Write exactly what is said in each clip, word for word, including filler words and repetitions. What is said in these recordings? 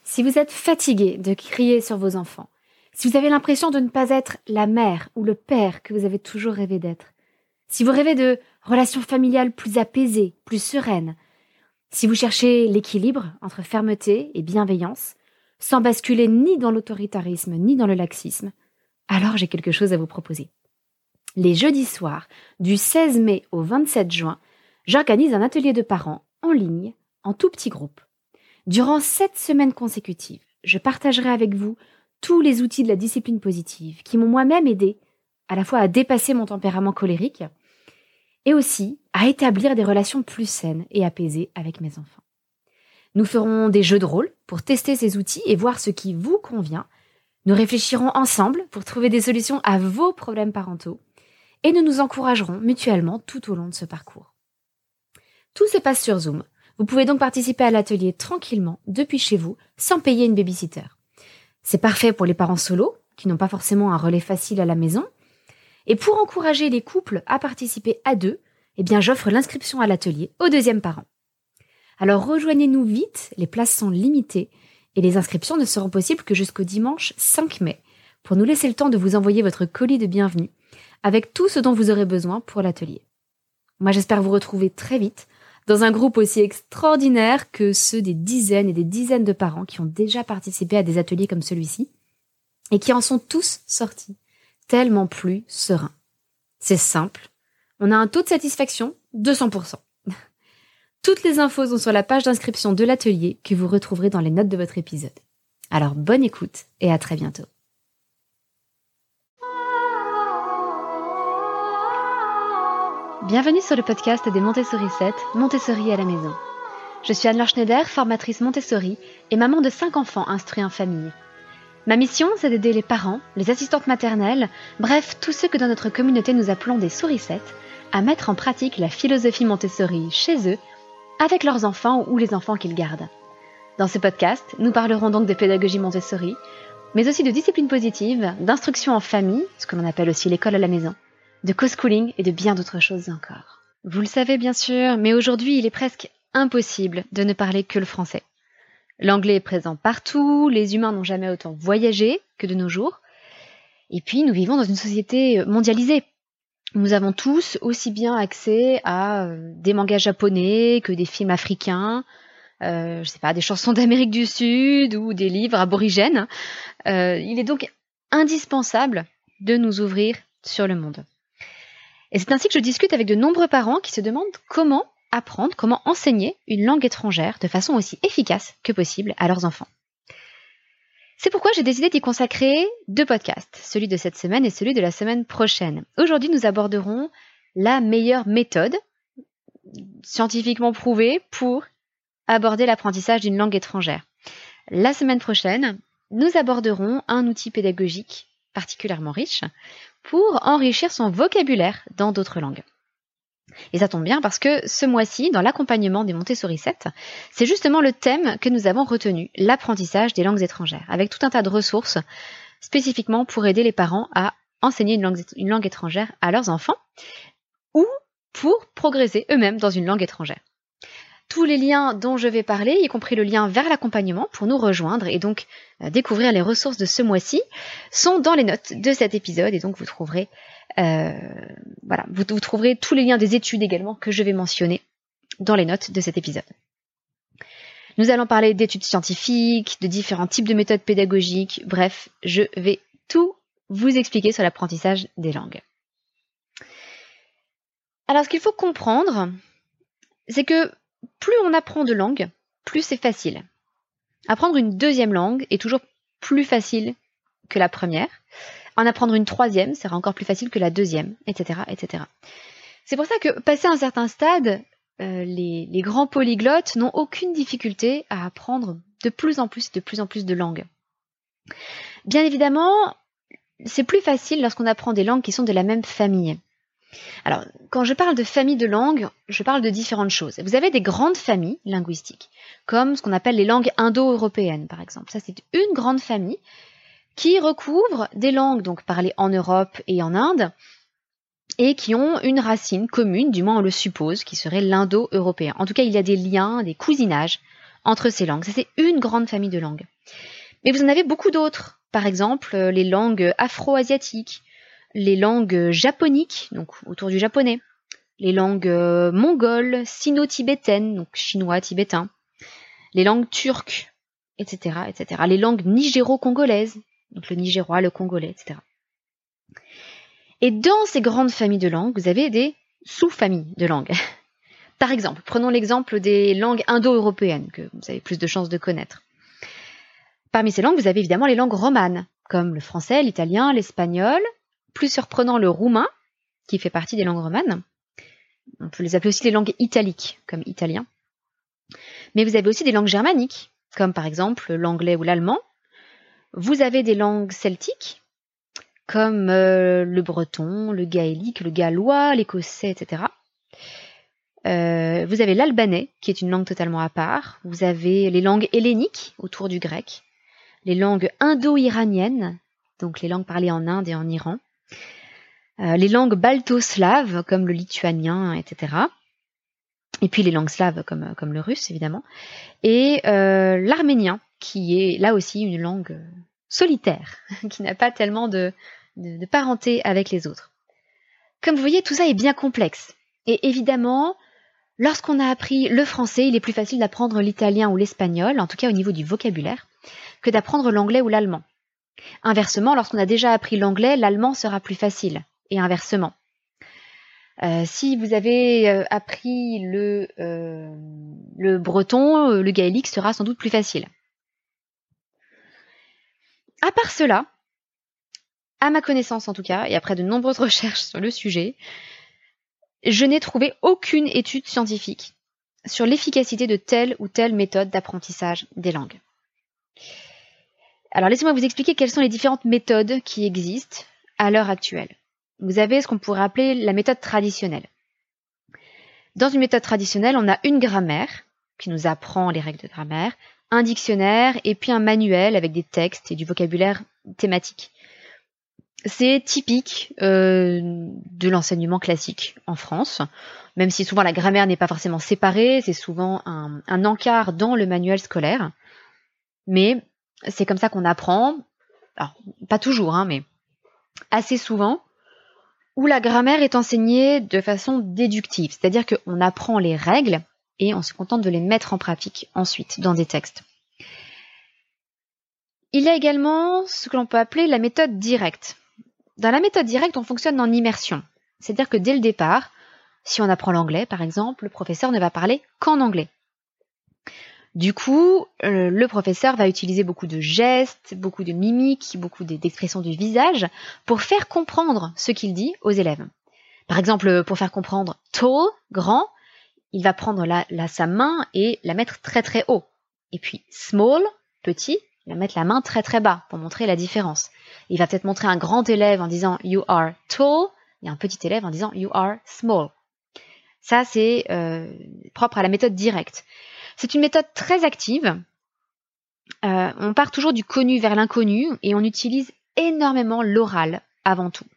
Si vous êtes fatigué de crier sur vos enfants, si vous avez l'impression de ne pas être la mère ou le père que vous avez toujours rêvé d'être, si vous rêvez de relations familiales plus apaisées, plus sereines, si vous cherchez l'équilibre entre fermeté et bienveillance, sans basculer ni dans l'autoritarisme ni dans le laxisme, alors j'ai quelque chose à vous proposer. Les jeudis soirs, du seize mai au vingt-sept juin, j'organise un atelier de parents en ligne, en tout petit groupe. Durant sept semaines consécutives, je partagerai avec vous tous les outils de la discipline positive qui m'ont moi-même aidé à la fois à dépasser mon tempérament colérique et aussi à établir des relations plus saines et apaisées avec mes enfants. Nous ferons des jeux de rôle pour tester ces outils et voir ce qui vous convient. Nous réfléchirons ensemble pour trouver des solutions à vos problèmes parentaux et nous nous encouragerons mutuellement tout au long de ce parcours. Tout se passe sur Zoom. Vous pouvez donc participer à l'atelier tranquillement depuis chez vous sans payer une babysitter. C'est parfait pour les parents solos qui n'ont pas forcément un relais facile à la maison. Et pour encourager les couples à participer à deux, eh bien j'offre l'inscription à l'atelier au deuxième parent. Alors rejoignez-nous vite, les places sont limitées et les inscriptions ne seront possibles que jusqu'au dimanche cinq mai pour nous laisser le temps de vous envoyer votre colis de bienvenue avec tout ce dont vous aurez besoin pour l'atelier. Moi j'espère vous retrouver très vite dans un groupe aussi extraordinaire que ceux des dizaines et des dizaines de parents qui ont déjà participé à des ateliers comme celui-ci et qui en sont tous sortis tellement plus sereins. C'est simple, on a un taux de satisfaction de cent pour cent. Toutes les infos sont sur la page d'inscription de l'atelier que vous retrouverez dans les notes de votre épisode. Alors bonne écoute et à très bientôt. Bienvenue sur le podcast des Montessori sept, Montessori à la maison. Je suis Anne-Laure Schneider, formatrice Montessori et maman de cinq enfants instruits en famille. Ma mission, c'est d'aider les parents, les assistantes maternelles, bref, tous ceux que dans notre communauté nous appelons des sourissettes, à mettre en pratique la philosophie Montessori chez eux, avec leurs enfants ou les enfants qu'ils gardent. Dans ce podcast, nous parlerons donc de pédagogie Montessori, mais aussi de discipline positive, d'instruction en famille, ce que l'on appelle aussi l'école à la maison, de co-schooling et de bien d'autres choses encore. Vous le savez bien sûr, mais aujourd'hui il est presque impossible de ne parler que le français. L'anglais est présent partout, les humains n'ont jamais autant voyagé que de nos jours, et puis nous vivons dans une société mondialisée. Nous avons tous aussi bien accès à euh, des mangas japonais que des films africains, euh, je sais pas, des chansons d'Amérique du Sud ou des livres aborigènes. Euh, il est donc indispensable de nous ouvrir sur le monde. Et c'est ainsi que je discute avec de nombreux parents qui se demandent comment apprendre, comment enseigner une langue étrangère de façon aussi efficace que possible à leurs enfants. C'est pourquoi j'ai décidé d'y consacrer deux podcasts, celui de cette semaine et celui de la semaine prochaine. Aujourd'hui, nous aborderons la meilleure méthode scientifiquement prouvée pour aborder l'apprentissage d'une langue étrangère. La semaine prochaine, nous aborderons un outil pédagogique particulièrement riche pour enrichir son vocabulaire dans d'autres langues. Et ça tombe bien parce que ce mois-ci, dans l'accompagnement des Montessori sept, c'est justement le thème que nous avons retenu, l'apprentissage des langues étrangères, avec tout un tas de ressources spécifiquement pour aider les parents à enseigner une langue, une langue étrangère à leurs enfants ou pour progresser eux-mêmes dans une langue étrangère. Tous les liens dont je vais parler, y compris le lien vers l'accompagnement pour nous rejoindre et donc euh, découvrir les ressources de ce mois-ci, sont dans les notes de cet épisode et donc vous trouverez, euh, voilà, vous, vous trouverez tous les liens des études également que je vais mentionner dans les notes de cet épisode. Nous allons parler d'études scientifiques, de différents types de méthodes pédagogiques, bref, je vais tout vous expliquer sur l'apprentissage des langues. Alors ce qu'il faut comprendre, c'est que plus on apprend de langues, plus c'est facile. Apprendre une deuxième langue est toujours plus facile que la première. En apprendre une troisième sera encore plus facile que la deuxième, et cetera, et cetera. C'est pour ça que, passé un certain stade, euh, les, les grands polyglottes n'ont aucune difficulté à apprendre de plus en plus, de plus en plus de langues. Bien évidemment, c'est plus facile lorsqu'on apprend des langues qui sont de la même famille. Alors, quand je parle de famille de langues, je parle de différentes choses. Vous avez des grandes familles linguistiques, comme ce qu'on appelle les langues indo-européennes, par exemple. Ça, c'est une grande famille qui recouvre des langues donc parlées en Europe et en Inde, et qui ont une racine commune, du moins on le suppose, qui serait l'indo-européen. En tout cas, il y a des liens, des cousinages entre ces langues. Ça, c'est une grande famille de langues. Mais vous en avez beaucoup d'autres. Par exemple, les langues afro-asiatiques, les langues japoniques, donc autour du japonais, les langues mongoles, sino-tibétaines, donc chinois, tibétains, les langues turques, et cetera, et cetera. Les langues nigéro-congolaises, donc le nigérois, le congolais, et cetera. Et dans ces grandes familles de langues, vous avez des sous-familles de langues. Par exemple, prenons l'exemple des langues indo-européennes, que vous avez plus de chances de connaître. Parmi ces langues, vous avez évidemment les langues romanes, comme le français, l'italien, l'espagnol, plus surprenant le roumain, qui fait partie des langues romanes. On peut les appeler aussi les langues italiques, comme italien. Mais vous avez aussi des langues germaniques, comme par exemple l'anglais ou l'allemand. Vous avez des langues celtiques, comme euh, le breton, le gaélique, le gallois, l'écossais, et cetera. Euh, vous avez l'albanais, qui est une langue totalement à part. Vous avez les langues helléniques, autour du grec. Les langues indo-iraniennes, donc les langues parlées en Inde et en Iran. Euh, les langues balto-slaves, comme le lituanien, et cetera. Et puis les langues slaves, comme, comme le russe, évidemment. Et euh, l'arménien, qui est là aussi une langue solitaire, qui n'a pas tellement de, de, de parenté avec les autres. Comme vous voyez, tout ça est bien complexe. Et évidemment, lorsqu'on a appris le français, il est plus facile d'apprendre l'italien ou l'espagnol, en tout cas au niveau du vocabulaire, que d'apprendre l'anglais ou l'allemand. Inversement, lorsqu'on a déjà appris l'anglais, l'allemand sera plus facile, et inversement. Euh, si vous avez euh, appris le, euh, le breton, le gaélique sera sans doute plus facile. À part cela, à ma connaissance en tout cas, et après de nombreuses recherches sur le sujet, je n'ai trouvé aucune étude scientifique sur l'efficacité de telle ou telle méthode d'apprentissage des langues. Alors laissez-moi vous expliquer quelles sont les différentes méthodes qui existent à l'heure actuelle. Vous avez ce qu'on pourrait appeler la méthode traditionnelle. Dans une méthode traditionnelle, on a une grammaire qui nous apprend les règles de grammaire, un dictionnaire et puis un manuel avec des textes et du vocabulaire thématique. C'est typique euh, de l'enseignement classique en France, même si souvent la grammaire n'est pas forcément séparée, c'est souvent un, un encart dans le manuel scolaire. Mais c'est comme ça qu'on apprend, alors pas toujours, hein, mais assez souvent, où la grammaire est enseignée de façon déductive, c'est-à-dire qu'on apprend les règles et on se contente de les mettre en pratique ensuite dans des textes. Il y a également ce que l'on peut appeler la méthode directe. Dans la méthode directe, on fonctionne en immersion, c'est-à-dire que dès le départ, si on apprend l'anglais par exemple, le professeur ne va parler qu'en anglais. Du coup, euh, le professeur va utiliser beaucoup de gestes, beaucoup de mimiques, beaucoup d'expressions du visage pour faire comprendre ce qu'il dit aux élèves. Par exemple, pour faire comprendre tall, grand, il va prendre la, la, sa main et la mettre très très haut. Et puis small, petit, il va mettre la main très très bas pour montrer la différence. Il va peut-être montrer un grand élève en disant « you are tall » et un petit élève en disant « you are small ». Ça, c'est euh, propre à la méthode directe. C'est une méthode très active. Euh, on part toujours du connu vers l'inconnu et on utilise énormément l'oral avant tout.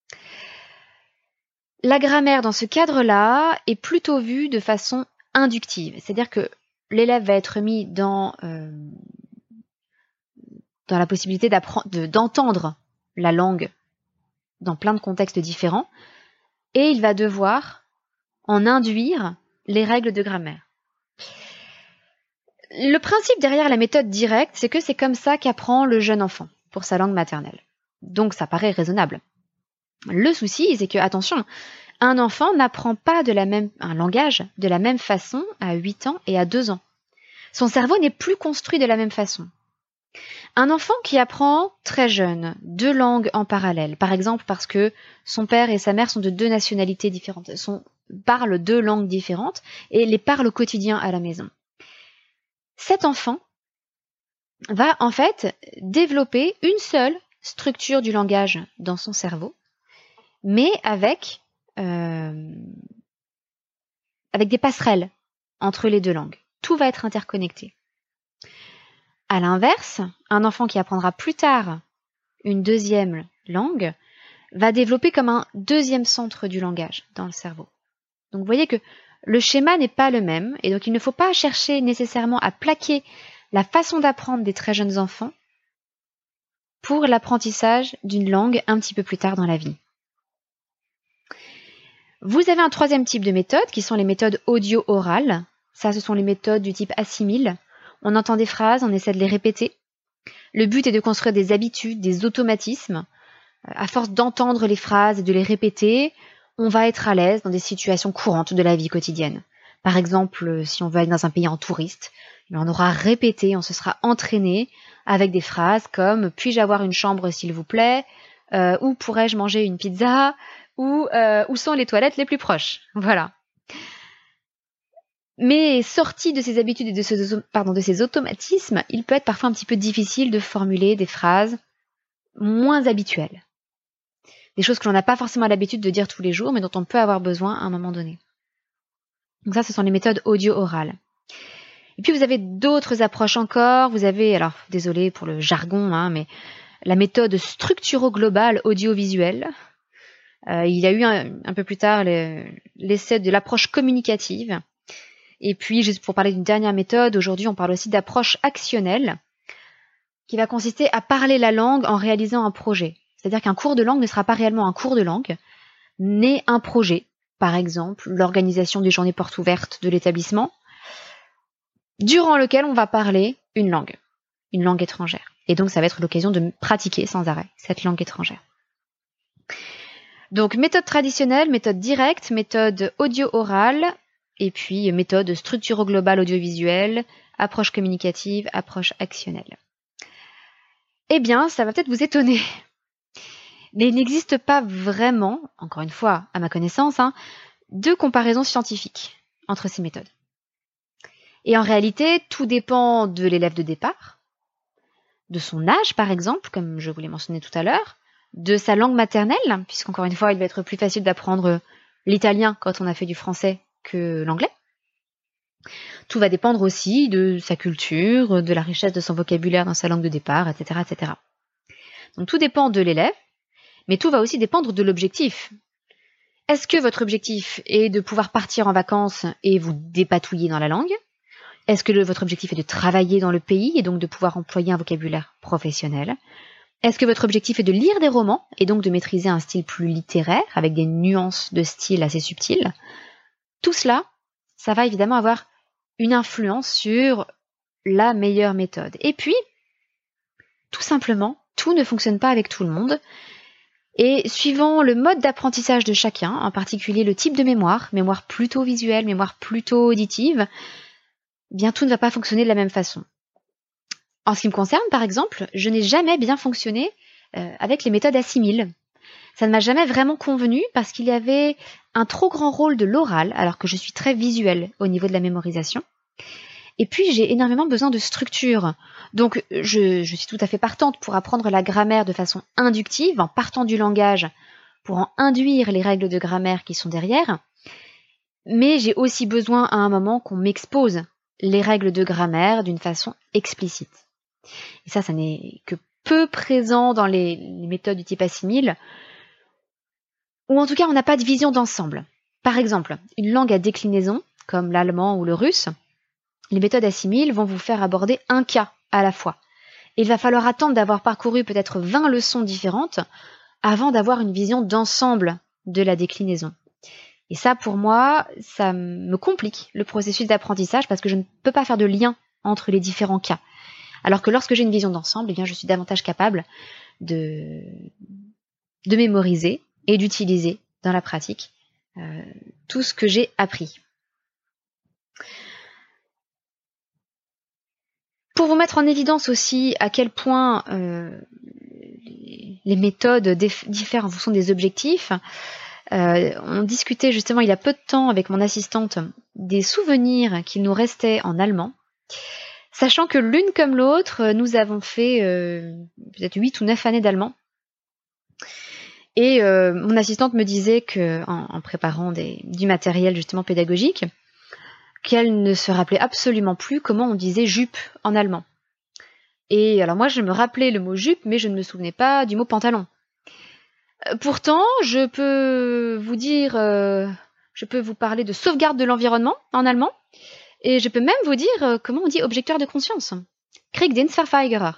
La grammaire dans ce cadre-là est plutôt vue de façon inductive, c'est-à-dire que l'élève va être mis dans, euh, dans la possibilité de, d'entendre la langue dans plein de contextes différents et il va devoir en induire les règles de grammaire. Le principe derrière la méthode directe, c'est que c'est comme ça qu'apprend le jeune enfant pour sa langue maternelle. Donc ça paraît raisonnable. Le souci, c'est que, attention, un enfant n'apprend pas de la même, un langage de la même façon à huit ans et à deux ans. Son cerveau n'est plus construit de la même façon. Un enfant qui apprend très jeune deux langues en parallèle, par exemple parce que son père et sa mère sont de deux nationalités différentes, sont, parlent deux langues différentes et les parlent au quotidien à la maison. Cet enfant va en fait développer une seule structure du langage dans son cerveau, mais avec, euh, avec des passerelles entre les deux langues. Tout va être interconnecté. À l'inverse, un enfant qui apprendra plus tard une deuxième langue va développer comme un deuxième centre du langage dans le cerveau. Donc vous voyez que le schéma n'est pas le même et donc il ne faut pas chercher nécessairement à plaquer la façon d'apprendre des très jeunes enfants pour l'apprentissage d'une langue un petit peu plus tard dans la vie. Vous avez un troisième type de méthode qui sont les méthodes audio-orales. Ça, ce sont les méthodes du type assimile. On entend des phrases, on essaie de les répéter. Le but est de construire des habitudes, des automatismes. À force d'entendre les phrases et de les répéter, on va être à l'aise dans des situations courantes de la vie quotidienne. Par exemple, si on veut aller dans un pays en touriste, on aura répété, on se sera entraîné avec des phrases comme « puis-je avoir une chambre s'il vous plaît ?» euh, ou « pourrais-je manger une pizza ?» ou euh, « où sont les toilettes les plus proches ?» Voilà. Mais sorti de ces habitudes et de, ce, pardon, de ces automatismes, il peut être parfois un petit peu difficile de formuler des phrases moins habituelles. Des choses que l'on n'a pas forcément l'habitude de dire tous les jours, mais dont on peut avoir besoin à un moment donné. Donc ça, ce sont les méthodes audio-orales. Et puis vous avez d'autres approches encore. Vous avez, alors désolé pour le jargon, hein, mais la méthode structuro-globale audiovisuelle. Euh, il y a eu un, un peu plus tard le, l'essai de l'approche communicative. Et puis, juste pour parler d'une dernière méthode, aujourd'hui on parle aussi d'approche actionnelle, qui va consister à parler la langue en réalisant un projet. C'est-à-dire qu'un cours de langue ne sera pas réellement un cours de langue, mais un projet. Par exemple, l'organisation des journées portes ouvertes de l'établissement, durant lequel on va parler une langue, une langue étrangère. Et donc, ça va être l'occasion de pratiquer sans arrêt cette langue étrangère. Donc, méthode traditionnelle, méthode directe, méthode audio-orale, et puis méthode structuro-globale audiovisuelle, approche communicative, approche actionnelle. Eh bien, ça va peut-être vous étonner. Mais il n'existe pas vraiment, encore une fois, à ma connaissance, hein, de comparaison scientifique entre ces méthodes. Et en réalité, tout dépend de l'élève de départ, de son âge par exemple, comme je vous l'ai mentionné tout à l'heure, de sa langue maternelle, puisqu'encore une fois, il va être plus facile d'apprendre l'italien quand on a fait du français que l'anglais. Tout va dépendre aussi de sa culture, de la richesse de son vocabulaire dans sa langue de départ, et cetera, et cetera. Donc tout dépend de l'élève, mais tout va aussi dépendre de l'objectif. Est-ce que votre objectif est de pouvoir partir en vacances et vous dépatouiller dans la langue ? Est-ce que le, votre objectif est de travailler dans le pays et donc de pouvoir employer un vocabulaire professionnel ? Est-ce que votre objectif est de lire des romans et donc de maîtriser un style plus littéraire avec des nuances de style assez subtiles ? Tout cela, ça va évidemment avoir une influence sur la meilleure méthode. Et puis, tout simplement, tout ne fonctionne pas avec tout le monde. Et suivant le mode d'apprentissage de chacun, en particulier le type de mémoire, mémoire plutôt visuelle, mémoire plutôt auditive, bien tout ne va pas fonctionner de la même façon. En ce qui me concerne, par exemple, je n'ai jamais bien fonctionné euh, avec les méthodes assimile. Ça ne m'a jamais vraiment convenu parce qu'il y avait un trop grand rôle de l'oral, alors que je suis très visuelle au niveau de la mémorisation. Et puis, j'ai énormément besoin de structure. Donc, je, je suis tout à fait partante pour apprendre la grammaire de façon inductive, en partant du langage, pour en induire les règles de grammaire qui sont derrière. Mais j'ai aussi besoin à un moment qu'on m'expose les règles de grammaire d'une façon explicite. Et ça, ça n'est que peu présent dans les, les méthodes du type assimile, ou en tout cas, on n'a pas de vision d'ensemble. Par exemple, une langue à déclinaison, comme l'allemand ou le russe, les méthodes assimile vont vous faire aborder un cas à la fois. Il va falloir attendre d'avoir parcouru peut-être vingt leçons différentes avant d'avoir une vision d'ensemble de la déclinaison. Et ça, pour moi, ça me complique le processus d'apprentissage parce que je ne peux pas faire de lien entre les différents cas. Alors que lorsque j'ai une vision d'ensemble, eh bien, je suis davantage capable de, de mémoriser et d'utiliser dans la pratique euh, tout ce que j'ai appris. Pour vous mettre en évidence aussi à quel point euh, les méthodes diffèrent en fonction des objectifs, euh, on discutait justement il y a peu de temps avec mon assistante des souvenirs qu'il nous restait en allemand, sachant que l'une comme l'autre, nous avons fait euh, peut-être huit ou neuf années d'allemand. Et euh, mon assistante me disait que, en, en préparant des, du matériel justement pédagogique, qu'elle ne se rappelait absolument plus comment on disait jupe en allemand. Et alors moi, je me rappelais le mot jupe, mais je ne me souvenais pas du mot pantalon. Euh, pourtant, je peux vous dire, euh, je peux vous parler de sauvegarde de l'environnement en allemand, et je peux même vous dire euh, comment on dit objecteur de conscience. Kriegdienstverweigerer.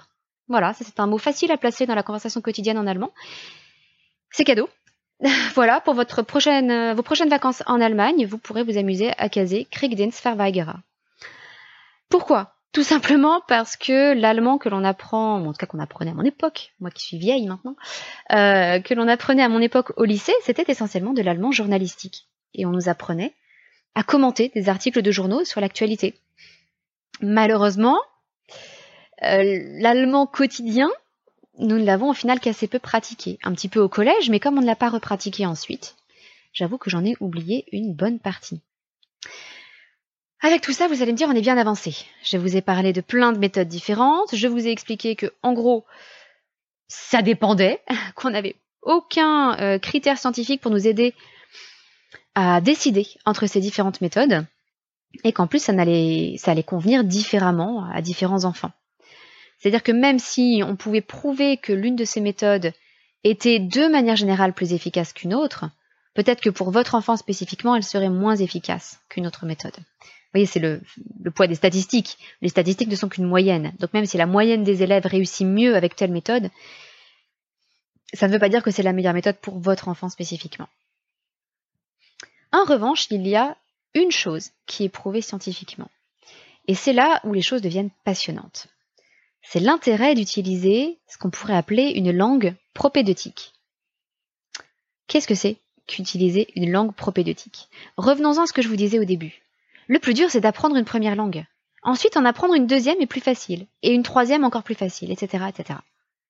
Voilà, ça c'est un mot facile à placer dans la conversation quotidienne en allemand. C'est cadeau. Voilà, pour votre prochaine, euh, vos prochaines vacances en Allemagne, vous pourrez vous amuser à caser Kriegsdienstverweigerer. Pourquoi ? Tout simplement parce que l'allemand que l'on apprend, ou en tout cas qu'on apprenait à mon époque, moi qui suis vieille maintenant, euh, que l'on apprenait à mon époque au lycée, c'était essentiellement de l'allemand journalistique. Et on nous apprenait à commenter des articles de journaux sur l'actualité. Malheureusement, euh, l'allemand quotidien, nous ne l'avons au final qu'assez peu pratiqué. Un petit peu au collège, mais comme on ne l'a pas repratiqué ensuite, j'avoue que j'en ai oublié une bonne partie. Avec tout ça, vous allez me dire, on est bien avancé. Je vous ai parlé de plein de méthodes différentes. Je vous ai expliqué que, en gros, ça dépendait, qu'on n'avait aucun euh, critère scientifique pour nous aider à décider entre ces différentes méthodes, et qu'en plus, ça allait, ça allait convenir différemment à différents enfants. C'est-à-dire que même si on pouvait prouver que l'une de ces méthodes était de manière générale plus efficace qu'une autre, peut-être que pour votre enfant spécifiquement, elle serait moins efficace qu'une autre méthode. Vous voyez, c'est le, le poids des statistiques. Les statistiques ne sont qu'une moyenne. Donc même si la moyenne des élèves réussit mieux avec telle méthode, ça ne veut pas dire que c'est la meilleure méthode pour votre enfant spécifiquement. En revanche, il y a une chose qui est prouvée scientifiquement. Et c'est là où les choses deviennent passionnantes. C'est l'intérêt d'utiliser ce qu'on pourrait appeler une langue propédeutique. Qu'est-ce que c'est qu'utiliser une langue propédeutique ? Revenons-en à ce que je vous disais au début. Le plus dur, c'est d'apprendre une première langue. Ensuite, en apprendre une deuxième est plus facile. Et une troisième encore plus facile, et cetera, et cetera.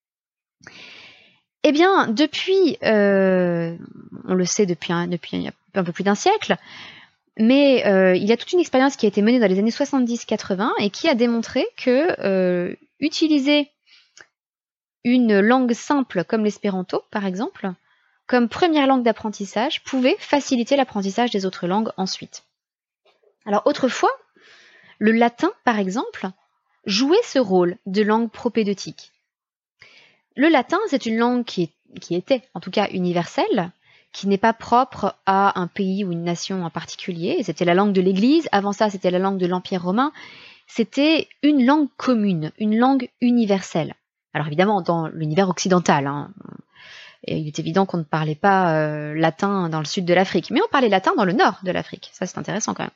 Eh bien, depuis, euh, on le sait depuis un, depuis un peu plus d'un siècle, mais euh, il y a toute une expérience qui a été menée dans les années soixante-dix quatre-vingts et qui a démontré que euh, utiliser une langue simple comme l'espéranto, par exemple, comme première langue d'apprentissage, pouvait faciliter l'apprentissage des autres langues ensuite. Alors autrefois, le latin, par exemple, jouait ce rôle de langue propédeutique. Le latin, c'est une langue qui, est, qui était, en tout cas, universelle, qui n'est pas propre à un pays ou une nation en particulier. C'était la langue de l'Église, avant ça, c'était la langue de l'Empire romain. C'était une langue commune, une langue universelle. Alors évidemment, dans l'univers occidental, hein, il est évident qu'on ne parlait pas euh, latin dans le sud de l'Afrique, mais on parlait latin dans le nord de l'Afrique. Ça, c'est intéressant quand même.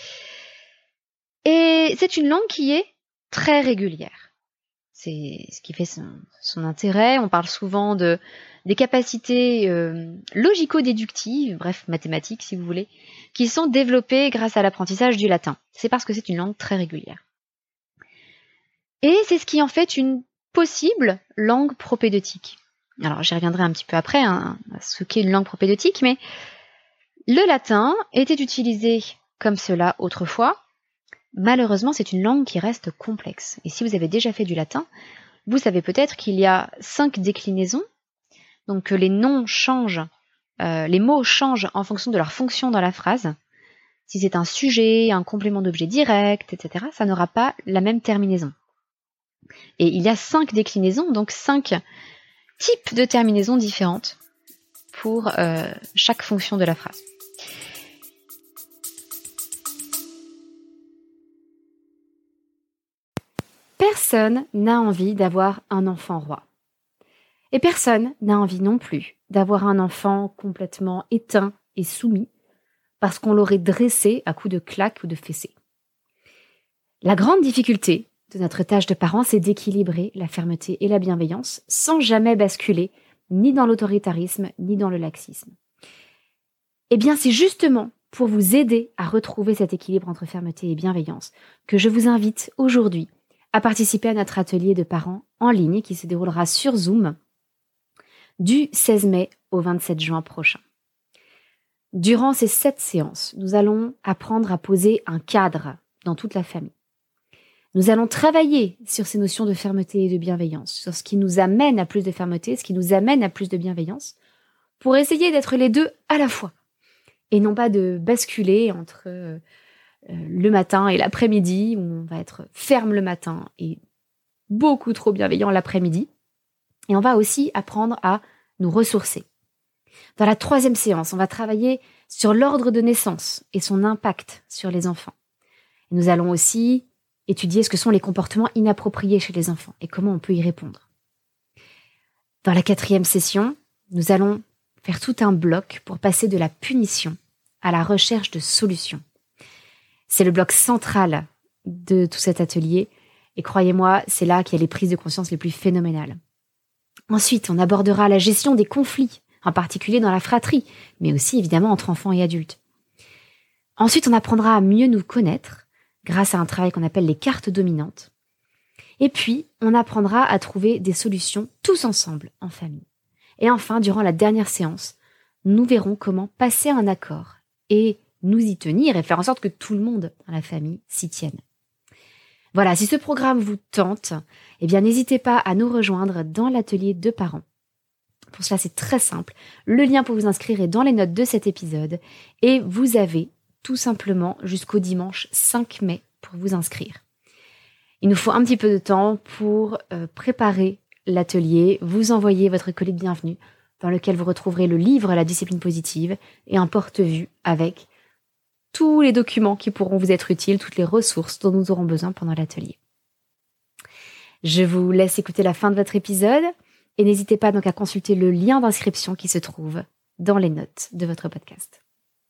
Et c'est une langue qui est très régulière. C'est ce qui fait son, son intérêt. On parle souvent de, des capacités euh, logico-déductives, bref, mathématiques si vous voulez, qui sont développées grâce à l'apprentissage du latin. C'est parce que c'est une langue très régulière. Et c'est ce qui en fait une possible langue propédeutique. Alors j'y reviendrai un petit peu après, hein, à ce qu'est une langue propédeutique, mais le latin était utilisé comme cela autrefois. Malheureusement, c'est une langue qui reste complexe. Et si vous avez déjà fait du latin, vous savez peut-être qu'il y a cinq déclinaisons, donc que les noms changent, euh, les mots changent en fonction de leur fonction dans la phrase. Si c'est un sujet, un complément d'objet direct, et cetera, ça n'aura pas la même terminaison. Et il y a cinq déclinaisons, donc cinq types de terminaisons différentes pour euh, chaque fonction de la phrase. Personne n'a envie d'avoir un enfant roi. Et personne n'a envie non plus d'avoir un enfant complètement éteint et soumis parce qu'on l'aurait dressé à coups de claques ou de fessées. La grande difficulté de notre tâche de parent, c'est d'équilibrer la fermeté et la bienveillance sans jamais basculer ni dans l'autoritarisme ni dans le laxisme. Eh bien, c'est justement pour vous aider à retrouver cet équilibre entre fermeté et bienveillance que je vous invite aujourd'hui à participer à notre atelier de parents en ligne qui se déroulera sur Zoom du seize mai au vingt-sept juin prochain. Durant ces sept séances, nous allons apprendre à poser un cadre dans toute la famille. Nous allons travailler sur ces notions de fermeté et de bienveillance, sur ce qui nous amène à plus de fermeté, ce qui nous amène à plus de bienveillance, pour essayer d'être les deux à la fois, et non pas de basculer entre euh, le matin et l'après-midi, où on va être ferme le matin et beaucoup trop bienveillant l'après-midi. Et on va aussi apprendre à nous ressourcer. Dans la troisième séance, on va travailler sur l'ordre de naissance et son impact sur les enfants. Et nous allons aussi étudier ce que sont les comportements inappropriés chez les enfants et comment on peut y répondre. Dans la quatrième session, nous allons faire tout un bloc pour passer de la punition à la recherche de solutions. C'est le bloc central de tout cet atelier et croyez-moi, c'est là qu'il y a les prises de conscience les plus phénoménales. Ensuite, on abordera la gestion des conflits, en particulier dans la fratrie, mais aussi évidemment entre enfants et adultes. Ensuite, on apprendra à mieux nous connaître grâce à un travail qu'on appelle les cartes dominantes. Et puis, on apprendra à trouver des solutions tous ensemble, en famille. Et enfin, durant la dernière séance, nous verrons comment passer un accord et nous y tenir et faire en sorte que tout le monde dans la famille s'y tienne. Voilà, si ce programme vous tente, eh bien n'hésitez pas à nous rejoindre dans l'atelier de parents. Pour cela, c'est très simple. Le lien pour vous inscrire est dans les notes de cet épisode et vous avez tout simplement jusqu'au dimanche cinq mai pour vous inscrire. Il nous faut un petit peu de temps pour euh, préparer l'atelier, vous envoyer votre colis de bienvenue dans lequel vous retrouverez le livre La discipline positive et un porte-vue avec tous les documents qui pourront vous être utiles, toutes les ressources dont nous aurons besoin pendant l'atelier. Je vous laisse écouter la fin de votre épisode et n'hésitez pas donc à consulter le lien d'inscription qui se trouve dans les notes de votre podcast.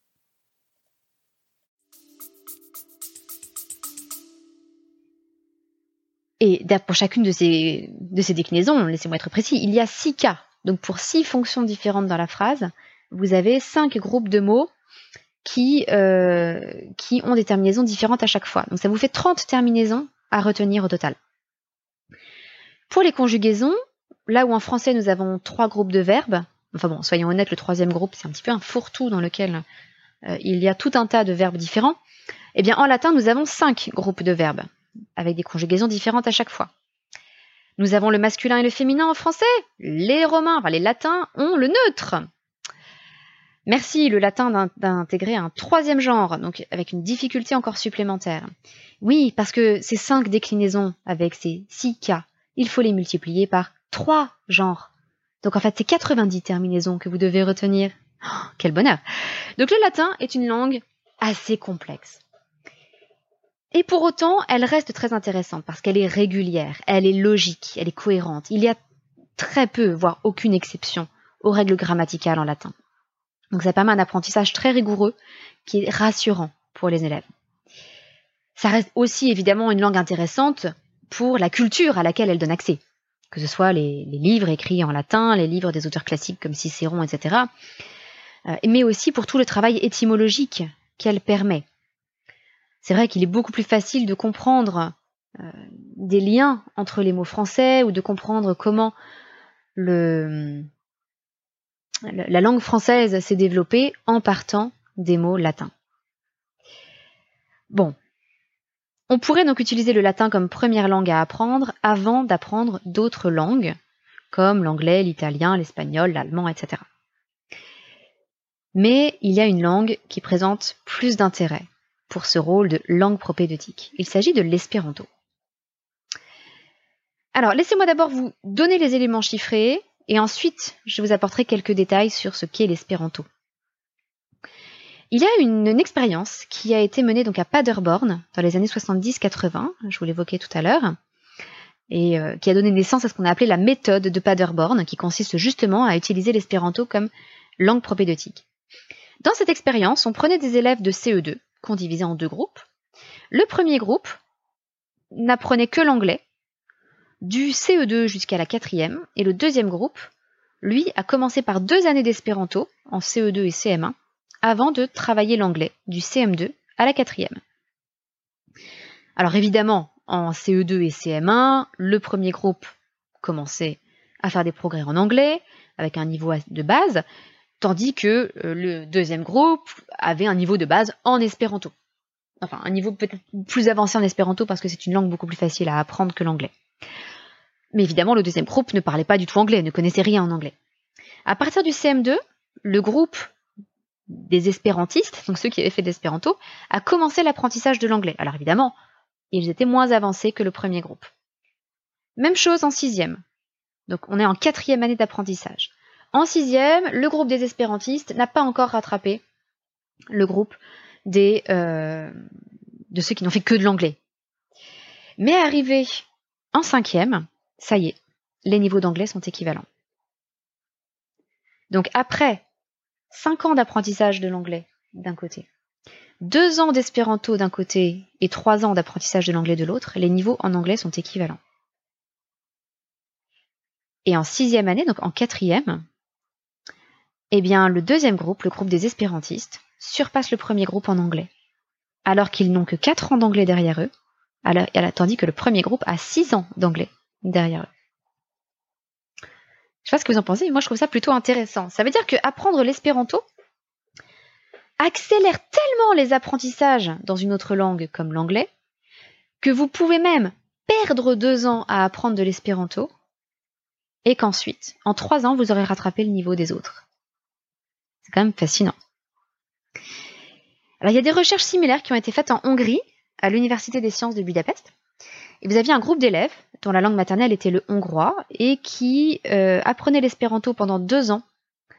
Et pour chacune de ces, de ces déclinaisons, laissez-moi être précis, il y a six cas. Donc pour six fonctions différentes dans la phrase, vous avez cinq groupes de mots qui, euh, qui ont des terminaisons différentes à chaque fois. Donc ça vous fait trente terminaisons à retenir au total. Pour les conjugaisons, là où en français nous avons trois groupes de verbes, enfin bon, soyons honnêtes, le troisième groupe c'est un petit peu un fourre-tout dans lequel euh, il y a tout un tas de verbes différents, eh bien en latin nous avons cinq groupes de verbes, avec des conjugaisons différentes à chaque fois. Nous avons le masculin et le féminin en français. Les Romains, enfin les Latins, ont le neutre. Merci le latin d'intégrer un troisième genre, donc avec une difficulté encore supplémentaire. Oui, parce que ces cinq déclinaisons avec ces six cas, il faut les multiplier par trois genres. Donc en fait, c'est quatre-vingt-dix terminaisons que vous devez retenir. Oh, quel bonheur! Donc le latin est une langue assez complexe. Et pour autant, elle reste très intéressante parce qu'elle est régulière, elle est logique, elle est cohérente. Il y a très peu, voire aucune exception aux règles grammaticales en latin. Donc ça permet un apprentissage très rigoureux qui est rassurant pour les élèves. Ça reste aussi évidemment une langue intéressante pour la culture à laquelle elle donne accès, que ce soit les, les livres écrits en latin, les livres des auteurs classiques comme Cicéron, et cetera, euh, mais aussi pour tout le travail étymologique qu'elle permet. C'est vrai qu'il est beaucoup plus facile de comprendre euh, des liens entre les mots français ou de comprendre comment le, la langue française s'est développée en partant des mots latins. Bon, on pourrait donc utiliser le latin comme première langue à apprendre avant d'apprendre d'autres langues, comme l'anglais, l'italien, l'espagnol, l'allemand, et cetera. Mais il y a une langue qui présente plus d'intérêt pour ce rôle de langue propédeutique. Il s'agit de l'espéranto. Alors, laissez-moi d'abord vous donner les éléments chiffrés, et ensuite, je vous apporterai quelques détails sur ce qu'est l'espéranto. Il y a une, une expérience qui a été menée donc à Paderborn dans les années soixante-dix quatre-vingts, je vous l'évoquais tout à l'heure, et euh, qui a donné naissance à ce qu'on a appelé la méthode de Paderborn, qui consiste justement à utiliser l'espéranto comme langue propédeutique. Dans cette expérience, on prenait des élèves de C E deux, qu'on divisait en deux groupes. Le premier groupe n'apprenait que l'anglais, du C E deux jusqu'à la quatrième, et le deuxième groupe, lui, a commencé par deux années d'espéranto, en C E deux et C M un, avant de travailler l'anglais, du C M deux à la quatrième. Alors évidemment, en C E deux et C M un, le premier groupe commençait à faire des progrès en anglais, avec un niveau de base, tandis que le deuxième groupe avait un niveau de base en espéranto. Enfin, un niveau peut-être plus avancé en espéranto parce que c'est une langue beaucoup plus facile à apprendre que l'anglais. Mais évidemment, le deuxième groupe ne parlait pas du tout anglais, ne connaissait rien en anglais. À partir du C M deux, le groupe des espérantistes, donc ceux qui avaient fait de l'espéranto, a commencé l'apprentissage de l'anglais. Alors évidemment, ils étaient moins avancés que le premier groupe. Même chose en sixième. Donc on est en quatrième année d'apprentissage. En sixième, le groupe des espérantistes n'a pas encore rattrapé le groupe des, euh, de ceux qui n'ont fait que de l'anglais. Mais arrivé en cinquième, ça y est, les niveaux d'anglais sont équivalents. Donc après cinq ans d'apprentissage de l'anglais d'un côté, deux ans d'espéranto d'un côté et trois ans d'apprentissage de l'anglais de l'autre, les niveaux en anglais sont équivalents. Et en sixième année, donc en quatrième, eh bien le deuxième groupe, le groupe des espérantistes, surpasse le premier groupe en anglais, alors qu'ils n'ont que quatre ans d'anglais derrière eux, alors, tandis que le premier groupe a six ans d'anglais derrière eux. Je sais pas ce que vous en pensez, mais moi je trouve ça plutôt intéressant. Ça veut dire qu'apprendre l'espéranto accélère tellement les apprentissages dans une autre langue comme l'anglais, que vous pouvez même perdre deux ans à apprendre de l'espéranto, et qu'ensuite, en trois ans, vous aurez rattrapé le niveau des autres. C'est quand même fascinant. Alors, il y a des recherches similaires qui ont été faites en Hongrie, à l'Université des sciences de Budapest. Et vous aviez un groupe d'élèves dont la langue maternelle était le hongrois et qui euh, apprenaient l'espéranto pendant deux ans,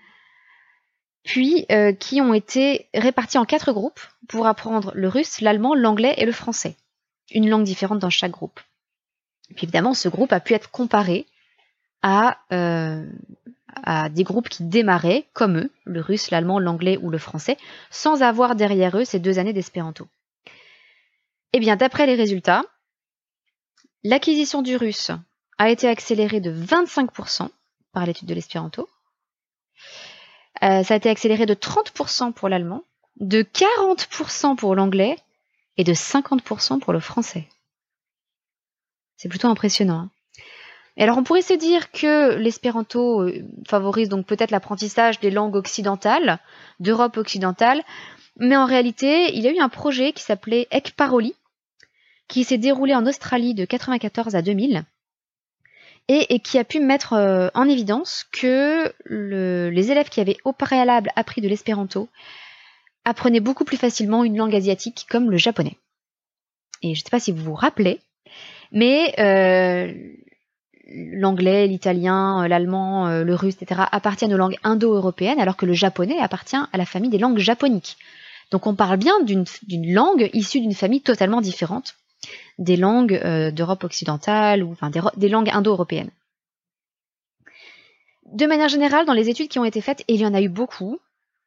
puis euh, qui ont été répartis en quatre groupes pour apprendre le russe, l'allemand, l'anglais et le français. Une langue différente dans chaque groupe. Et puis évidemment, ce groupe a pu être comparé à, euh, à des groupes qui démarraient, comme eux, le russe, l'allemand, l'anglais ou le français, sans avoir derrière eux ces deux années d'espéranto. Eh bien, d'après les résultats, l'acquisition du russe a été accélérée de vingt-cinq pour cent par l'étude de l'espéranto. Euh, ça a été accéléré de trente pour cent pour l'allemand, de quarante pour cent pour l'anglais et de cinquante pour cent pour le français. C'est plutôt impressionnant. Hein. Et alors on pourrait se dire que l'espéranto favorise donc peut-être l'apprentissage des langues occidentales, d'Europe occidentale, mais en réalité, il y a eu un projet qui s'appelait Ekparoli, qui s'est déroulé en Australie de quatre-vingt-quatorze à deux mille, et, et qui a pu mettre euh, en évidence que le, les élèves qui avaient au préalable appris de l'espéranto apprenaient beaucoup plus facilement une langue asiatique comme le japonais. Et je ne sais pas si vous vous rappelez, mais euh, l'anglais, l'italien, l'allemand, le russe, et cetera appartiennent aux langues indo-européennes, alors que le japonais appartient à la famille des langues japoniques. Donc on parle bien d'une, d'une langue issue d'une famille totalement différente des langues euh, d'Europe occidentale, ou enfin des, des langues indo-européennes. De manière générale, dans les études qui ont été faites, et il y en a eu beaucoup,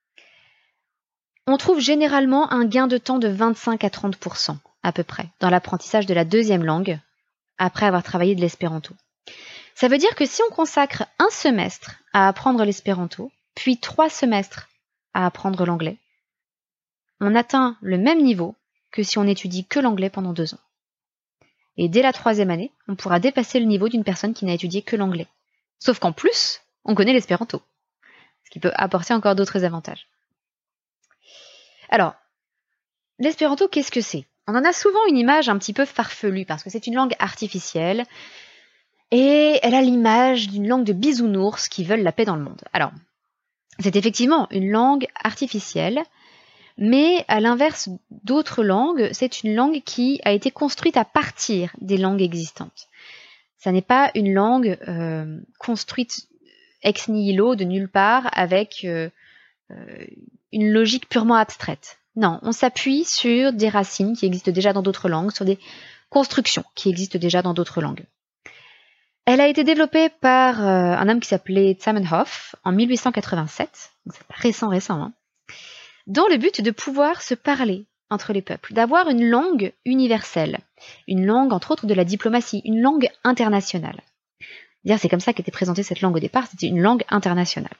on trouve généralement un gain de temps de vingt-cinq à trente pour cent à peu près dans l'apprentissage de la deuxième langue après avoir travaillé de l'espéranto. Ça veut dire que si on consacre un semestre à apprendre l'espéranto, puis trois semestres à apprendre l'anglais, on atteint le même niveau que si on étudie que l'anglais pendant deux ans. Et dès la troisième année, on pourra dépasser le niveau d'une personne qui n'a étudié que l'anglais. Sauf qu'en plus, on connaît l'espéranto, ce qui peut apporter encore d'autres avantages. Alors, l'espéranto, qu'est-ce que c'est ? On en a souvent une image un petit peu farfelue, parce que c'est une langue artificielle, et elle a l'image d'une langue de bisounours qui veulent la paix dans le monde. Alors, c'est effectivement une langue artificielle, mais à l'inverse d'autres langues, c'est une langue qui a été construite à partir des langues existantes. Ça n'est pas une langue euh, construite ex nihilo, de nulle part, avec euh, euh, une logique purement abstraite. Non, on s'appuie sur des racines qui existent déjà dans d'autres langues, sur des constructions qui existent déjà dans d'autres langues. Elle a été développée par euh, un homme qui s'appelait Zamenhof en mille huit cent quatre-vingt-sept, donc c'est pas récent, récent, hein, dans le but de pouvoir se parler entre les peuples, d'avoir une langue universelle, une langue entre autres de la diplomatie, une langue internationale. C'est comme ça qu'était présentée cette langue au départ, c'était une langue internationale.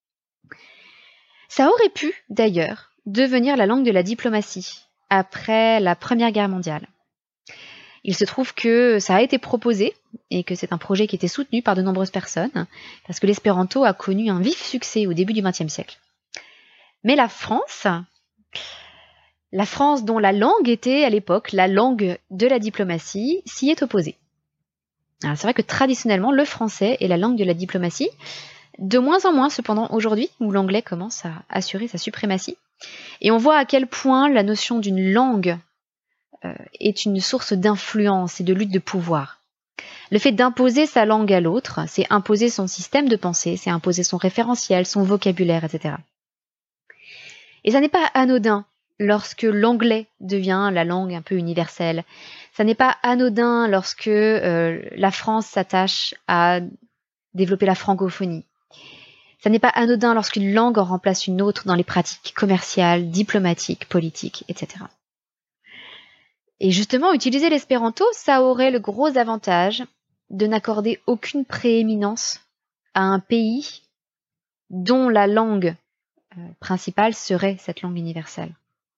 Ça aurait pu d'ailleurs devenir la langue de la diplomatie après la Première Guerre mondiale. Il se trouve que ça a été proposé et que c'est un projet qui était soutenu par de nombreuses personnes, parce que l'espéranto a connu un vif succès au début du vingtième siècle. Mais la France, la France dont la langue était à l'époque la langue de la diplomatie, s'y est opposée. Alors c'est vrai que traditionnellement, le français est la langue de la diplomatie, de moins en moins cependant aujourd'hui, où l'anglais commence à assurer sa suprématie. Et on voit à quel point la notion d'une langue euh, est une source d'influence et de lutte de pouvoir. Le fait d'imposer sa langue à l'autre, c'est imposer son système de pensée, c'est imposer son référentiel, son vocabulaire, et cetera. Et ça n'est pas anodin lorsque l'anglais devient la langue un peu universelle. Ça n'est pas anodin lorsque euh, la France s'attache à développer la francophonie. Ça n'est pas anodin lorsqu'une langue en remplace une autre dans les pratiques commerciales, diplomatiques, politiques, et cetera. Et justement, utiliser l'espéranto, ça aurait le gros avantage de n'accorder aucune prééminence à un pays dont la langue euh, principale serait cette langue universelle.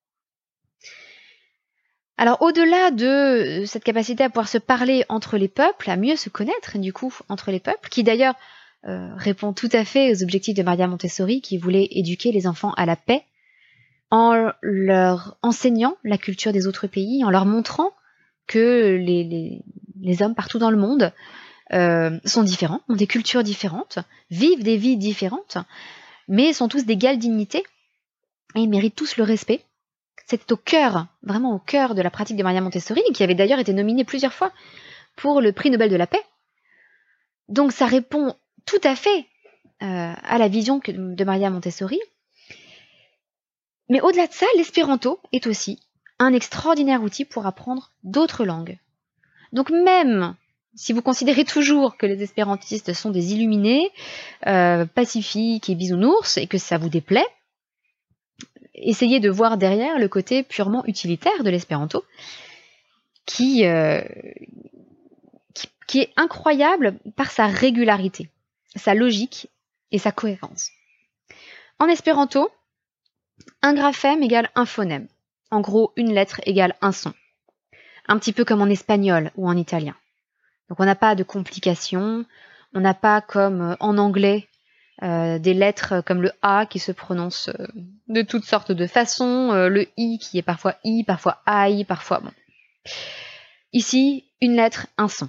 Alors, au-delà de cette capacité à pouvoir se parler entre les peuples, à mieux se connaître, du coup, entre les peuples, qui d'ailleurs euh, répond tout à fait aux objectifs de Maria Montessori, qui voulait éduquer les enfants à la paix, en leur enseignant la culture des autres pays, en leur montrant que les, les, les hommes partout dans le monde euh, sont différents, ont des cultures différentes, vivent des vies différentes, mais sont tous d'égale dignité et ils méritent tous le respect. C'était au cœur, vraiment au cœur de la pratique de Maria Montessori, qui avait d'ailleurs été nominée plusieurs fois pour le prix Nobel de la paix. Donc ça répond tout à fait euh, à la vision de Maria Montessori. Mais au-delà de ça, l'espéranto est aussi un extraordinaire outil pour apprendre d'autres langues. Donc même si vous considérez toujours que les espérantistes sont des illuminés, euh, pacifiques et bisounours, et que ça vous déplaît, essayez de voir derrière le côté purement utilitaire de l'espéranto, qui, euh, qui, qui est incroyable par sa régularité, sa logique et sa cohérence. En espéranto, un graphème égale un phonème. En gros, une lettre égale un son. Un petit peu comme en espagnol ou en italien. Donc on n'a pas de complications, on n'a pas comme en anglais euh, des lettres comme le A qui se prononce euh, de toutes sortes de façons, euh, le I qui est parfois I, parfois I, parfois bon. Ici, une lettre, un son.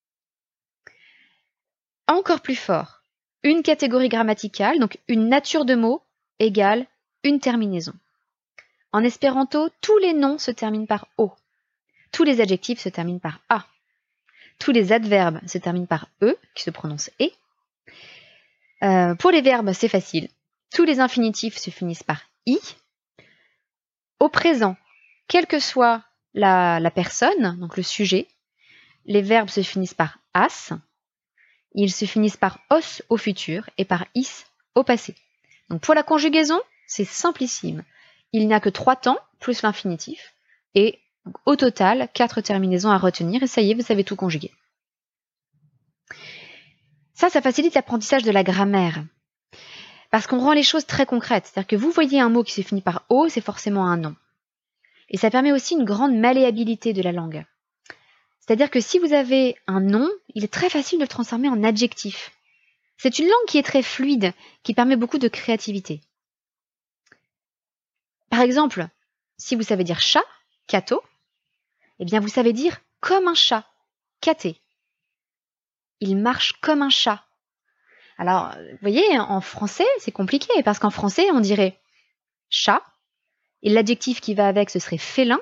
Encore plus fort, une catégorie grammaticale, donc une nature de mot égale une terminaison. En espéranto, tous les noms se terminent par O. Tous les adjectifs se terminent par A. Tous les adverbes se terminent par E, qui se prononce E. Euh, pour les verbes, c'est facile. Tous les infinitifs se finissent par I. Au présent, quelle que soit la, la personne, donc le sujet, les verbes se finissent par as. Ils se finissent par os au futur et par is au passé. Donc pour la conjugaison, c'est simplissime. Il n'y a que trois temps plus l'infinitif et au total, quatre terminaisons à retenir et ça y est, vous savez tout conjuguer. Ça, ça facilite l'apprentissage de la grammaire parce qu'on rend les choses très concrètes. C'est-à-dire que vous voyez un mot qui se finit par O, c'est forcément un nom. Et ça permet aussi une grande malléabilité de la langue. C'est-à-dire que si vous avez un nom, il est très facile de le transformer en adjectif. C'est une langue qui est très fluide, qui permet beaucoup de créativité. Par exemple, si vous savez dire chat, cato, eh bien vous savez dire comme un chat, caté. Il marche comme un chat. Alors, vous voyez, en français, c'est compliqué, parce qu'en français, on dirait chat, et l'adjectif qui va avec, ce serait félin,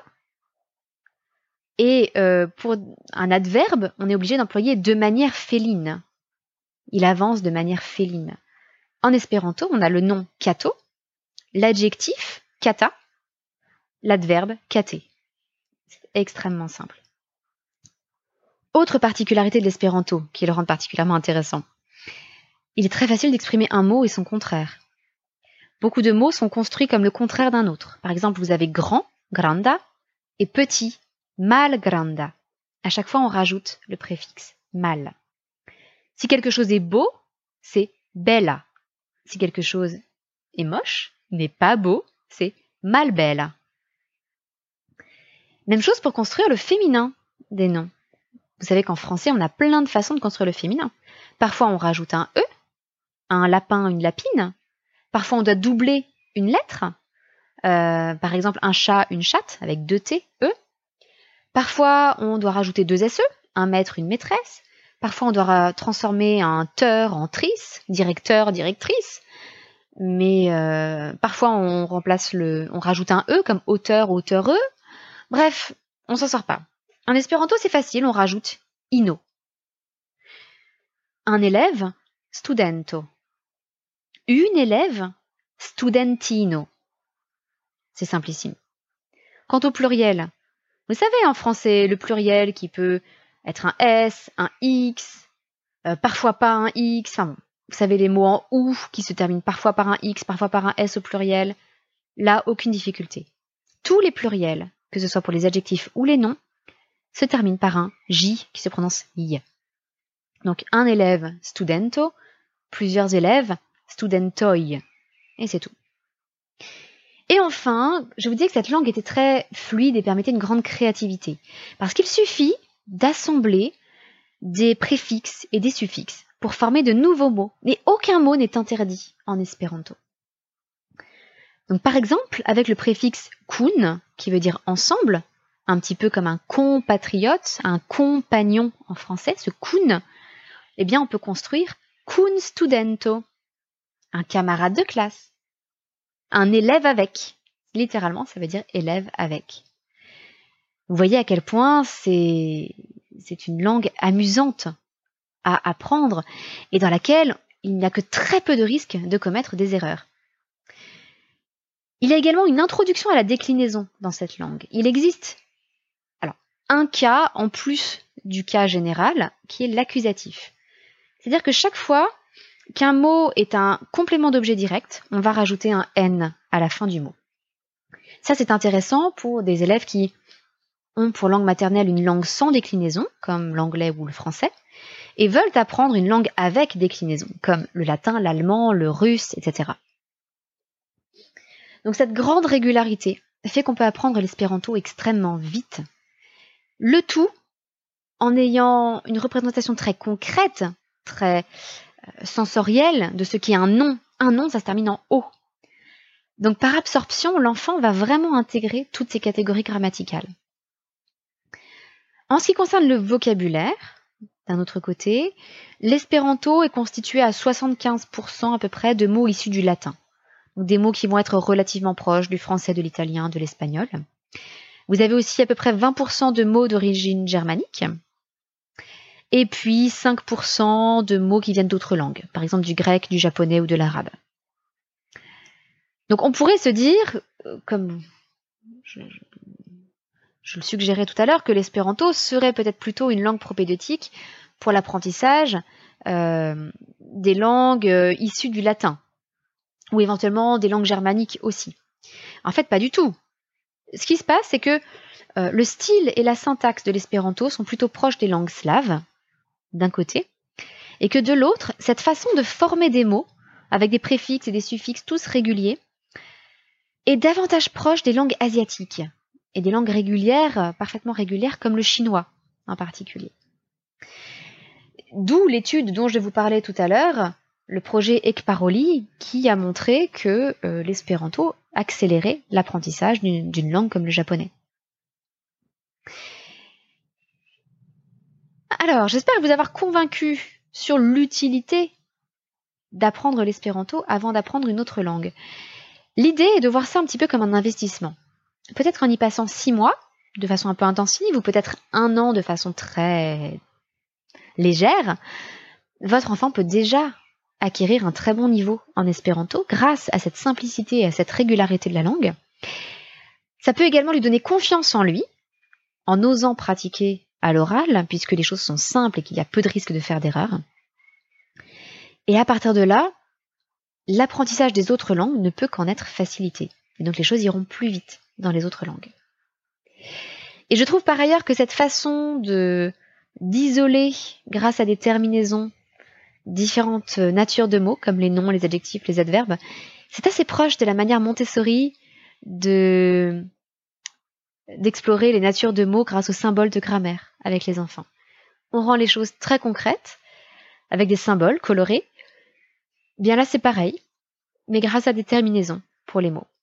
et euh, pour un adverbe, on est obligé d'employer de manière féline. Il avance de manière féline. En espéranto, on a le nom cato, l'adjectif kata, l'adverbe katé. C'est extrêmement simple. Autre particularité de l'espéranto, qui le rend particulièrement intéressant. Il est très facile d'exprimer un mot et son contraire. Beaucoup de mots sont construits comme le contraire d'un autre. Par exemple, vous avez grand, granda, et petit, malgranda. À chaque fois, on rajoute le préfixe mal. Si quelque chose est beau, c'est bella. Si quelque chose est moche, n'est pas beau, c'est malbella. Même chose pour construire le féminin des noms. Vous savez qu'en français, on a plein de façons de construire le féminin. Parfois, on rajoute un E, un lapin, une lapine. Parfois, on doit doubler une lettre. Euh, par exemple, un chat, une chatte, avec deux T, E. Parfois, on doit rajouter deux S E, un maître, une maîtresse. Parfois, on doit transformer un teur en trice, directeur, directrice. Mais euh, parfois, on remplace le, on rajoute un E comme auteur, auteureux. Bref, on s'en sort pas. En espéranto, c'est facile, on rajoute ino. Un élève, studento. Une élève, studentino. C'est simplissime. Quant au pluriel, vous savez en français, le pluriel qui peut être un S, un X, euh, parfois pas un X, enfin bon, vous savez les mots en OU qui se terminent parfois par un X, parfois par un S au pluriel. Là, aucune difficulté. Tous les pluriels, que ce soit pour les adjectifs ou les noms, se terminent par un J qui se prononce Y. Donc un élève, studento, plusieurs élèves, studentoi. Et c'est tout. Et enfin, je vous disais que cette langue était très fluide et permettait une grande créativité. Parce qu'il suffit d'assembler des préfixes et des suffixes pour former de nouveaux mots. Et aucun mot n'est interdit en espéranto. Donc par exemple, avec le préfixe kun, qui veut dire ensemble, un petit peu comme un compatriote, un compagnon en français, ce kun, eh bien on peut construire kun studento, un camarade de classe, un élève avec. Littéralement, ça veut dire élève avec. Vous voyez à quel point c'est, c'est une langue amusante à apprendre et dans laquelle il n'y a que très peu de risques de commettre des erreurs. Il y a également une introduction à la déclinaison dans cette langue. Il existe alors un cas en plus du cas général qui est l'accusatif. C'est-à-dire que chaque fois qu'un mot est un complément d'objet direct, on va rajouter un N à la fin du mot. Ça, c'est intéressant pour des élèves qui ont pour langue maternelle une langue sans déclinaison, comme l'anglais ou le français, et veulent apprendre une langue avec déclinaison, comme le latin, l'allemand, le russe, et cetera. Donc cette grande régularité fait qu'on peut apprendre l'espéranto extrêmement vite, le tout en ayant une représentation très concrète, très sensorielle de ce qui est un nom. Un nom, ça se termine en O. Donc par absorption, l'enfant va vraiment intégrer toutes ces catégories grammaticales. En ce qui concerne le vocabulaire, d'un autre côté, l'espéranto est constitué à soixante-quinze pour cent à peu près de mots issus du latin. Donc des mots qui vont être relativement proches du français, de l'italien, de l'espagnol. Vous avez aussi à peu près vingt pour cent de mots d'origine germanique. Et puis cinq pour cent de mots qui viennent d'autres langues, par exemple du grec, du japonais ou de l'arabe. Donc on pourrait se dire, comme je, je, je le suggérais tout à l'heure, que l'espéranto serait peut-être plutôt une langue propédeutique pour l'apprentissage euh, des langues euh, issues du latin, ou éventuellement des langues germaniques aussi. En fait, pas du tout. Ce qui se passe, c'est que euh, le style et la syntaxe de l'espéranto sont plutôt proches des langues slaves, d'un côté, et que de l'autre, cette façon de former des mots, avec des préfixes et des suffixes tous réguliers, est davantage proche des langues asiatiques, et des langues régulières, parfaitement régulières, comme le chinois en particulier. D'où l'étude dont je vous parlais tout à l'heure, le projet Ekparoli, qui a montré que euh, l'espéranto accélérait l'apprentissage d'une, d'une langue comme le japonais. Alors, j'espère vous avoir convaincu sur l'utilité d'apprendre l'espéranto avant d'apprendre une autre langue. L'idée est de voir ça un petit peu comme un investissement. Peut-être qu'en y passant six mois, de façon un peu intensive, ou peut-être un an de façon très légère, votre enfant peut déjà acquérir un très bon niveau en espéranto grâce à cette simplicité et à cette régularité de la langue. Ça peut également lui donner confiance en lui, en osant pratiquer à l'oral, puisque les choses sont simples et qu'il y a peu de risques de faire d'erreurs. Et à partir de là, l'apprentissage des autres langues ne peut qu'en être facilité. Et donc les choses iront plus vite dans les autres langues. Et je trouve par ailleurs que cette façon de d'isoler, grâce à des terminaisons, différentes natures de mots, comme les noms, les adjectifs, les adverbes, c'est assez proche de la manière Montessori de d'explorer les natures de mots grâce aux symboles de grammaire avec les enfants. On rend les choses très concrètes, avec des symboles colorés. Bien là, c'est pareil, mais grâce à des terminaisons pour les mots.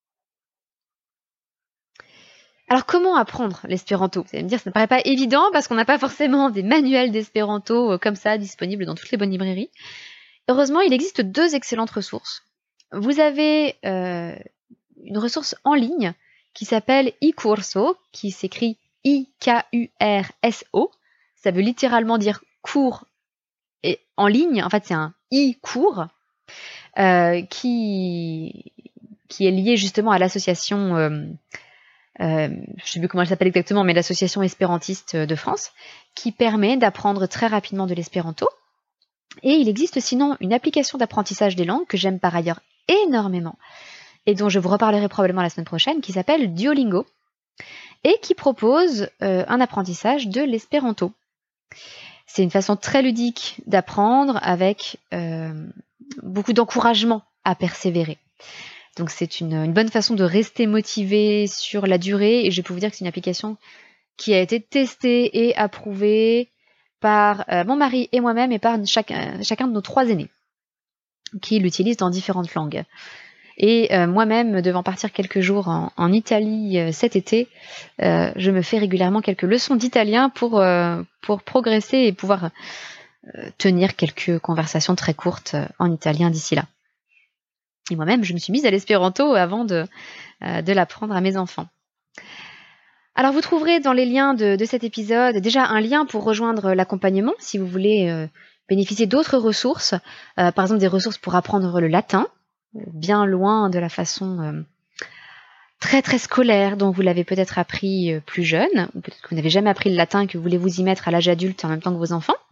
Alors, comment apprendre l'espéranto ? Vous allez me dire, ça ne paraît pas évident parce qu'on n'a pas forcément des manuels d'espéranto comme ça disponibles dans toutes les bonnes librairies. Heureusement, il existe deux excellentes ressources. Vous avez euh, une ressource en ligne qui s'appelle iCurso, qui s'écrit I K U R S O. Ça veut littéralement dire cours et en ligne. En fait, c'est un e-cours euh, qui, qui est lié justement à l'association euh, euh, je ne sais plus comment elle s'appelle exactement, mais l'association espérantiste de France, qui permet d'apprendre très rapidement de l'espéranto. Et il existe sinon une application d'apprentissage des langues que j'aime par ailleurs énormément, et dont je vous reparlerai probablement la semaine prochaine, qui s'appelle Duolingo, et qui propose euh, un apprentissage de l'espéranto. C'est une façon très ludique d'apprendre avec euh, beaucoup d'encouragement à persévérer. Donc c'est une, une bonne façon de rester motivé sur la durée, et je peux vous dire que c'est une application qui a été testée et approuvée par euh, mon mari et moi-même et par chaque, euh, chacun de nos trois aînés qui l'utilisent dans différentes langues. Et euh, moi-même, devant partir quelques jours en, en Italie euh, cet été, euh, je me fais régulièrement quelques leçons d'italien pour, euh, pour progresser et pouvoir euh, tenir quelques conversations très courtes euh, en italien d'ici là. Et moi-même, je me suis mise à l'espéranto avant de, euh, de l'apprendre à mes enfants. Alors vous trouverez dans les liens de, de cet épisode déjà un lien pour rejoindre l'accompagnement si vous voulez euh, bénéficier d'autres ressources, euh, par exemple des ressources pour apprendre le latin, bien loin de la façon euh, très très scolaire dont vous l'avez peut-être appris euh, plus jeune, ou peut-être que vous n'avez jamais appris le latin et que vous voulez vous y mettre à l'âge adulte en même temps que vos enfants.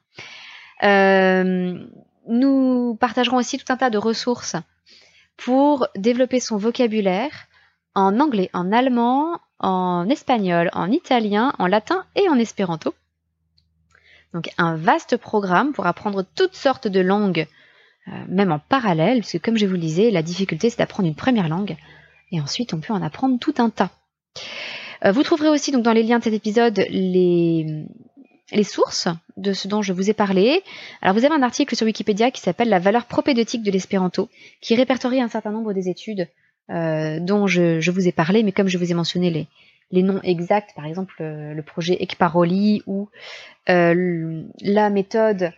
Euh, nous partagerons aussi tout un tas de ressources pour développer son vocabulaire en anglais, en allemand, en espagnol, en italien, en latin et en espéranto. Donc un vaste programme pour apprendre toutes sortes de langues, euh, même en parallèle, parce que comme je vous le disais, la difficulté c'est d'apprendre une première langue, et ensuite on peut en apprendre tout un tas. Euh, vous trouverez aussi donc dans les liens de cet épisode les, les sources de ce dont je vous ai parlé. Alors vous avez un article sur Wikipédia qui s'appelle « La valeur propédeutique de l'espéranto », qui répertorie un certain nombre des études euh, dont je, je vous ai parlé, mais comme je vous ai mentionné les, les noms exacts, par exemple euh, le projet Ekparoli ou euh, la méthode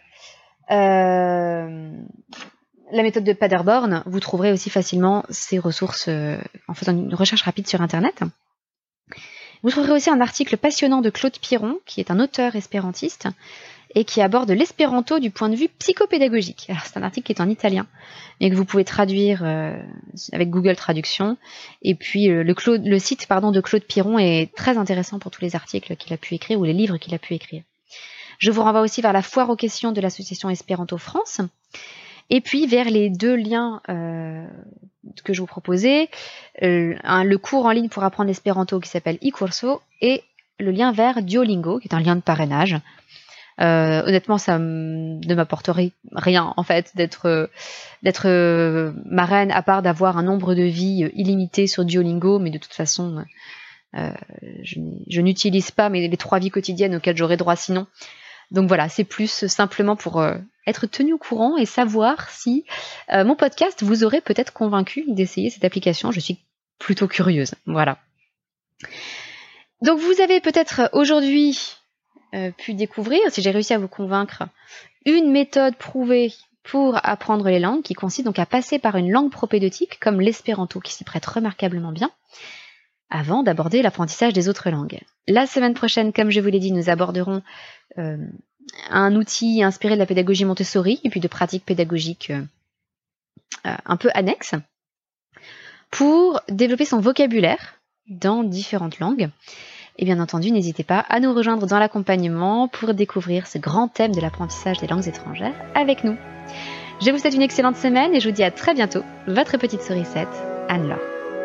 euh, la méthode de Paderborn, vous trouverez aussi facilement ces ressources euh, en faisant une recherche rapide sur Internet. Vous trouverez aussi un article passionnant de Claude Piron, qui est un auteur espérantiste, et qui aborde l'espéranto du point de vue psychopédagogique. Alors c'est un article qui est en italien, et que vous pouvez traduire euh, avec Google Traduction. Et puis euh, le, Claude, le site pardon, de Claude Piron est très intéressant pour tous les articles qu'il a pu écrire, ou les livres qu'il a pu écrire. Je vous renvoie aussi vers la foire aux questions de l'association Espéranto France, et puis vers les deux liens euh, que je vous proposais, euh, un, le cours en ligne pour apprendre l'espéranto qui s'appelle iCurso, et le lien vers Duolingo, qui est un lien de parrainage. Euh, honnêtement, ça ne m'apporterait rien, en fait, d'être, euh, d'être euh, marraine, à part d'avoir un nombre de vies euh, illimité sur Duolingo, mais de toute façon, euh, je, je n'utilise pas mes, les trois vies quotidiennes auxquelles j'aurais droit sinon. Donc voilà, c'est plus simplement pour euh, être tenu au courant et savoir si euh, mon podcast vous aurait peut-être convaincu d'essayer cette application. Je suis plutôt curieuse, voilà. Donc vous avez peut-être aujourd'hui euh, pu découvrir, si j'ai réussi à vous convaincre, une méthode prouvée pour apprendre les langues qui consiste donc à passer par une langue propédeutique comme l'espéranto qui s'y prête remarquablement bien, avant d'aborder l'apprentissage des autres langues. La semaine prochaine, comme je vous l'ai dit, nous aborderons euh, un outil inspiré de la pédagogie Montessori et puis de pratiques pédagogiques euh, euh, un peu annexes pour développer son vocabulaire dans différentes langues. Et bien entendu, n'hésitez pas à nous rejoindre dans l'accompagnement pour découvrir ce grand thème de l'apprentissage des langues étrangères avec nous. Je vous souhaite une excellente semaine et je vous dis à très bientôt. Votre petite sourisette, Anne-Laure.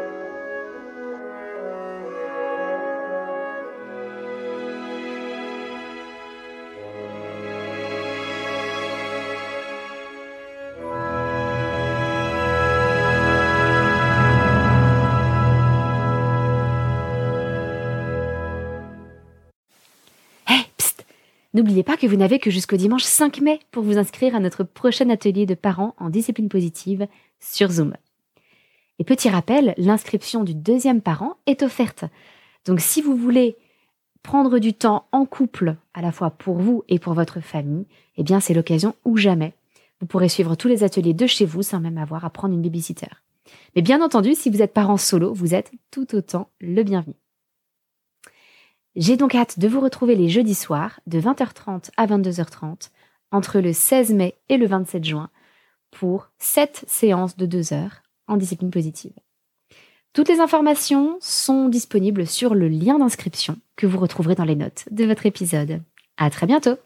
N'oubliez pas que vous n'avez que jusqu'au dimanche cinq mai pour vous inscrire à notre prochain atelier de parents en discipline positive sur Zoom. Et petit rappel, l'inscription du deuxième parent est offerte. Donc si vous voulez prendre du temps en couple, à la fois pour vous et pour votre famille, eh bien c'est l'occasion ou jamais. Vous pourrez suivre tous les ateliers de chez vous sans même avoir à prendre une babysitter. Mais bien entendu, si vous êtes parent solo, vous êtes tout autant le bienvenu. J'ai donc hâte de vous retrouver les jeudis soirs de vingt heures trente à vingt-deux heures trente entre le seize mai et le vingt-sept juin pour sept séances de deux heures en discipline positive. Toutes les informations sont disponibles sur le lien d'inscription que vous retrouverez dans les notes de votre épisode. À très bientôt!